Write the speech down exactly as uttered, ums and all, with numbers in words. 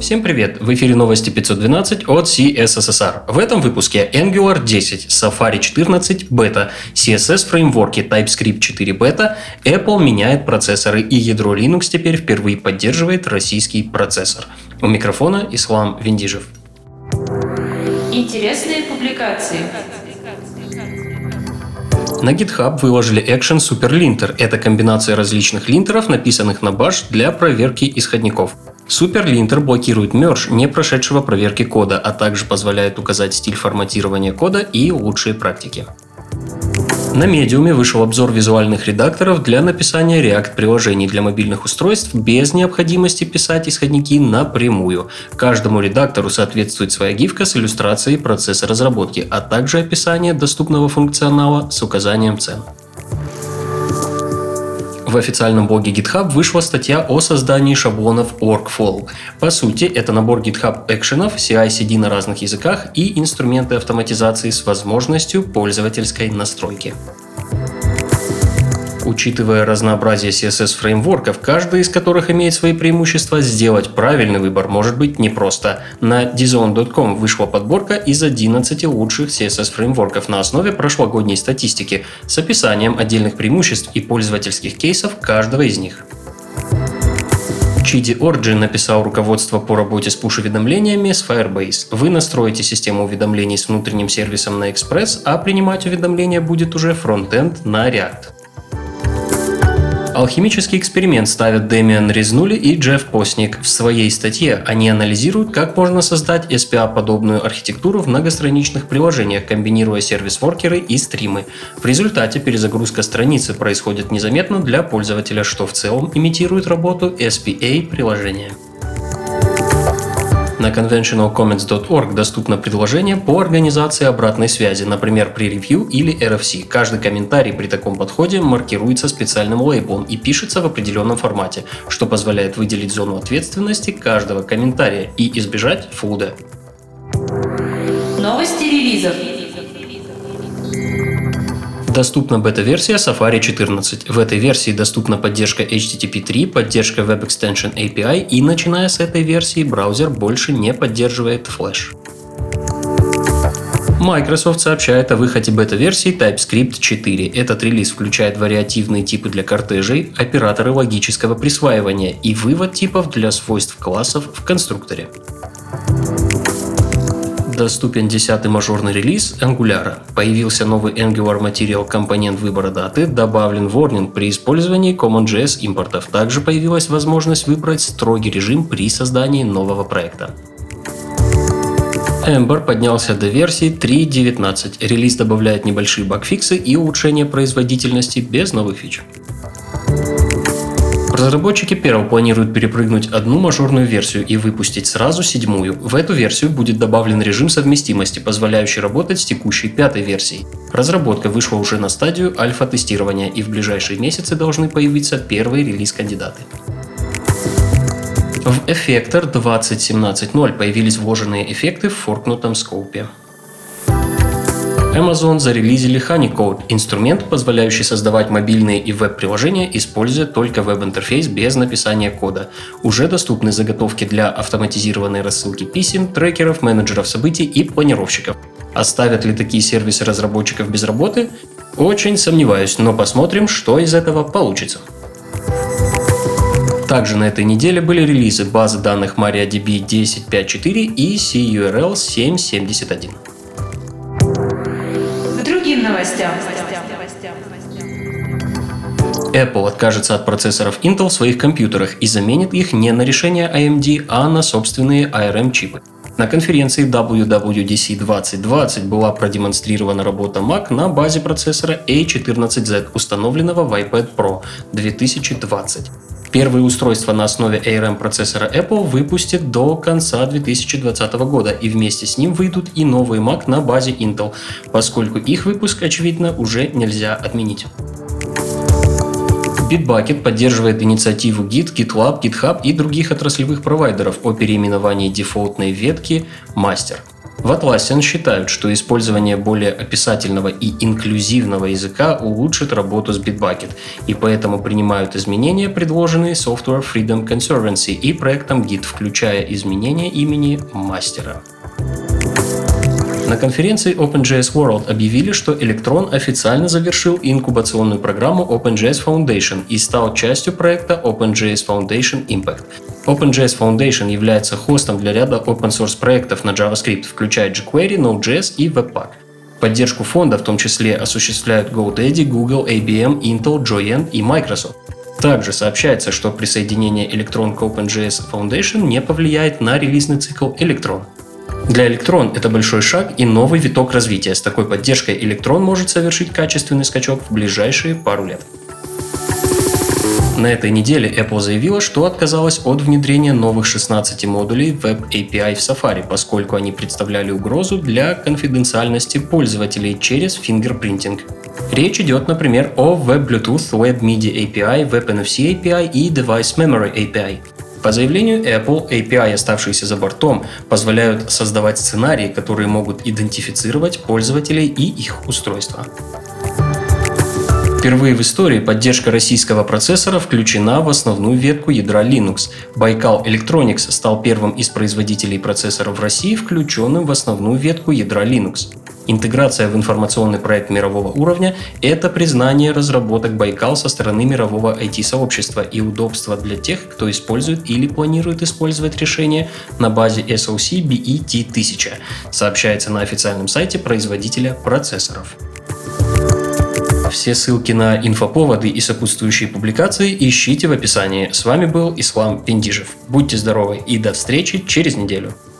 Всем привет! В эфире новости пятьсот двенадцать от си эс эс эс ар. В этом выпуске Angular десять, Safari четырнадцать бета, си эс эс фреймворки TypeScript четыре бета, Apple меняет процессоры и ядро Linux теперь впервые поддерживает российский процессор. У микрофона Ислам Виндижев. Интересные публикации. На GitHub выложили Action SuperLinter. Это комбинация различных линтеров, написанных на Bash для проверки исходников. SuperLinter блокирует мерж, не прошедшего проверки кода, а также позволяет указать стиль форматирования кода и лучшие практики. На Medium вышел обзор визуальных редакторов для написания React-приложений для мобильных устройств без необходимости писать исходники напрямую. Каждому редактору соответствует своя гифка с иллюстрацией процесса разработки, а также описание доступного функционала с указанием цен. В официальном блоге GitHub вышла статья о создании шаблонов Workflow. По сути, это набор GitHub экшенов, си ай си ди на разных языках и инструменты автоматизации с возможностью пользовательской настройки. Учитывая разнообразие си эс эс-фреймворков, каждый из которых имеет свои преимущества, сделать правильный выбор может быть непросто. На Dizon точка ком вышла подборка из одиннадцати лучших си эс эс-фреймворков на основе прошлогодней статистики с описанием отдельных преимуществ и пользовательских кейсов каждого из них. Chidi Orji написал руководство по работе с пуш-уведомлениями с Firebase. Вы настроите систему уведомлений с внутренним сервисом на Express, а принимать уведомления будет уже фронтенд на React. Алхимический эксперимент ставят Дэмиан Резнули и Джефф Постник. В своей статье они анализируют, как можно создать эс пи эй-подобную архитектуру в многостраничных приложениях, комбинируя сервис-воркеры и стримы. В результате перезагрузка страницы происходит незаметно для пользователя, что в целом имитирует работу эс пи эй-приложения. На конвеншнл комментс точка орг доступно предложение по организации обратной связи, например, при ревью или эр эф си. Каждый комментарий при таком подходе маркируется специальным лейблом и пишется в определенном формате, что позволяет выделить зону ответственности каждого комментария и избежать флуда. Новости релизов. Доступна бета-версия Safari четырнадцать. В этой версии доступна поддержка эйч ти ти пи три, поддержка Web Extension эй пи ай, и начиная с этой версии браузер больше не поддерживает Flash. Microsoft сообщает о выходе бета-версии TypeScript четыре. Этот релиз включает вариативные типы для кортежей, операторы логического присваивания и вывод типов для свойств классов в конструкторе. Доступен десятый мажорный релиз Angular. Появился новый Angular Material компонент выбора даты, добавлен warning при использовании CommonJS импортов. Также появилась возможность выбрать строгий режим при создании нового проекта. Ember поднялся до версии три точка девятнадцать. Релиз добавляет небольшие багфиксы и улучшение производительности без новых фич. Разработчики Perl планируют перепрыгнуть одну мажорную версию и выпустить сразу седьмую. В эту версию будет добавлен режим совместимости, позволяющий работать с текущей пятой версией. Разработка вышла уже на стадию альфа-тестирования, и в ближайшие месяцы должны появиться первые релиз-кандидаты. В Effector двадцать семнадцать ноль появились вложенные эффекты в форкнутом скоупе. Amazon зарелизили Honeycode – инструмент, позволяющий создавать мобильные и веб-приложения, используя только веб-интерфейс без написания кода. Уже доступны заготовки для автоматизированной рассылки писем, трекеров, менеджеров событий и планировщиков. Оставят ли такие сервисы разработчиков без работы? Очень сомневаюсь, но посмотрим, что из этого получится. Также на этой неделе были релизы базы данных MariaDB десять точка пять точка четыре и си ю ар эл семь точка семьдесят один. Другим новостям. Apple откажется от процессоров Intel в своих компьютерах и заменит их не на решения эй эм ди, а на собственные эй ар эм-чипы. На конференции дабл ю дабл ю ди си двадцать двадцать была продемонстрирована работа Mac на базе процессора эй четырнадцать зет, установленного в iPad Pro две тысячи двадцать. Первые устройства на основе эй ар эм-процессора Apple выпустят до конца две тысячи двадцатого года, и вместе с ним выйдут и новые Mac на базе Intel, поскольку их выпуск, очевидно, уже нельзя отменить. Bitbucket поддерживает инициативу Git, GitLab, GitHub и других отраслевых провайдеров о переименовании дефолтной ветки Master. В Atlassian считают, что использование более описательного и инклюзивного языка улучшит работу с Bitbucket, и поэтому принимают изменения, предложенные Software Freedom Conservancy и проектом Git, включая изменение имени мастера. На конференции OpenJS World объявили, что Electron официально завершил инкубационную программу OpenJS Foundation и стал частью проекта OpenJS Foundation Impact. OpenJS Foundation является хостом для ряда open-source проектов на JavaScript, включая jQuery, Node.js и Webpack. Поддержку фонда в том числе осуществляют GoDaddy, Google, эй би эм, Intel, Joyent и Microsoft. Также сообщается, что присоединение Electron к OpenJS Foundation не повлияет на релизный цикл Electron. Для Electron это большой шаг и новый виток развития. С такой поддержкой Electron может совершить качественный скачок в ближайшие пару лет. На этой неделе Apple заявила, что отказалась от внедрения новых шестнадцати модулей Web эй пи ай в Safari, поскольку они представляли угрозу для конфиденциальности пользователей через фингерпринтинг. Речь идет, например, о Web Bluetooth, Web MIDI эй пи ай, Web эн эф си эй пи ай и Device Memory эй пи ай. По заявлению Apple, эй пи ай, оставшиеся за бортом, позволяют создавать сценарии, которые могут идентифицировать пользователей и их устройства. Впервые в истории поддержка российского процессора включена в основную ветку ядра Linux. Baikal Electronics стал первым из производителей процессоров в России, включенным в основную ветку ядра Linux. Интеграция в информационный проект мирового уровня – это признание разработок Baikal со стороны мирового ай ти-сообщества и удобство для тех, кто использует или планирует использовать решение на базе эс о си би и ти тысяча, сообщается на официальном сайте производителя процессоров. Все ссылки на инфоповоды и сопутствующие публикации ищите в описании. С вами был Ислам Пендижев. Будьте здоровы и до встречи через неделю.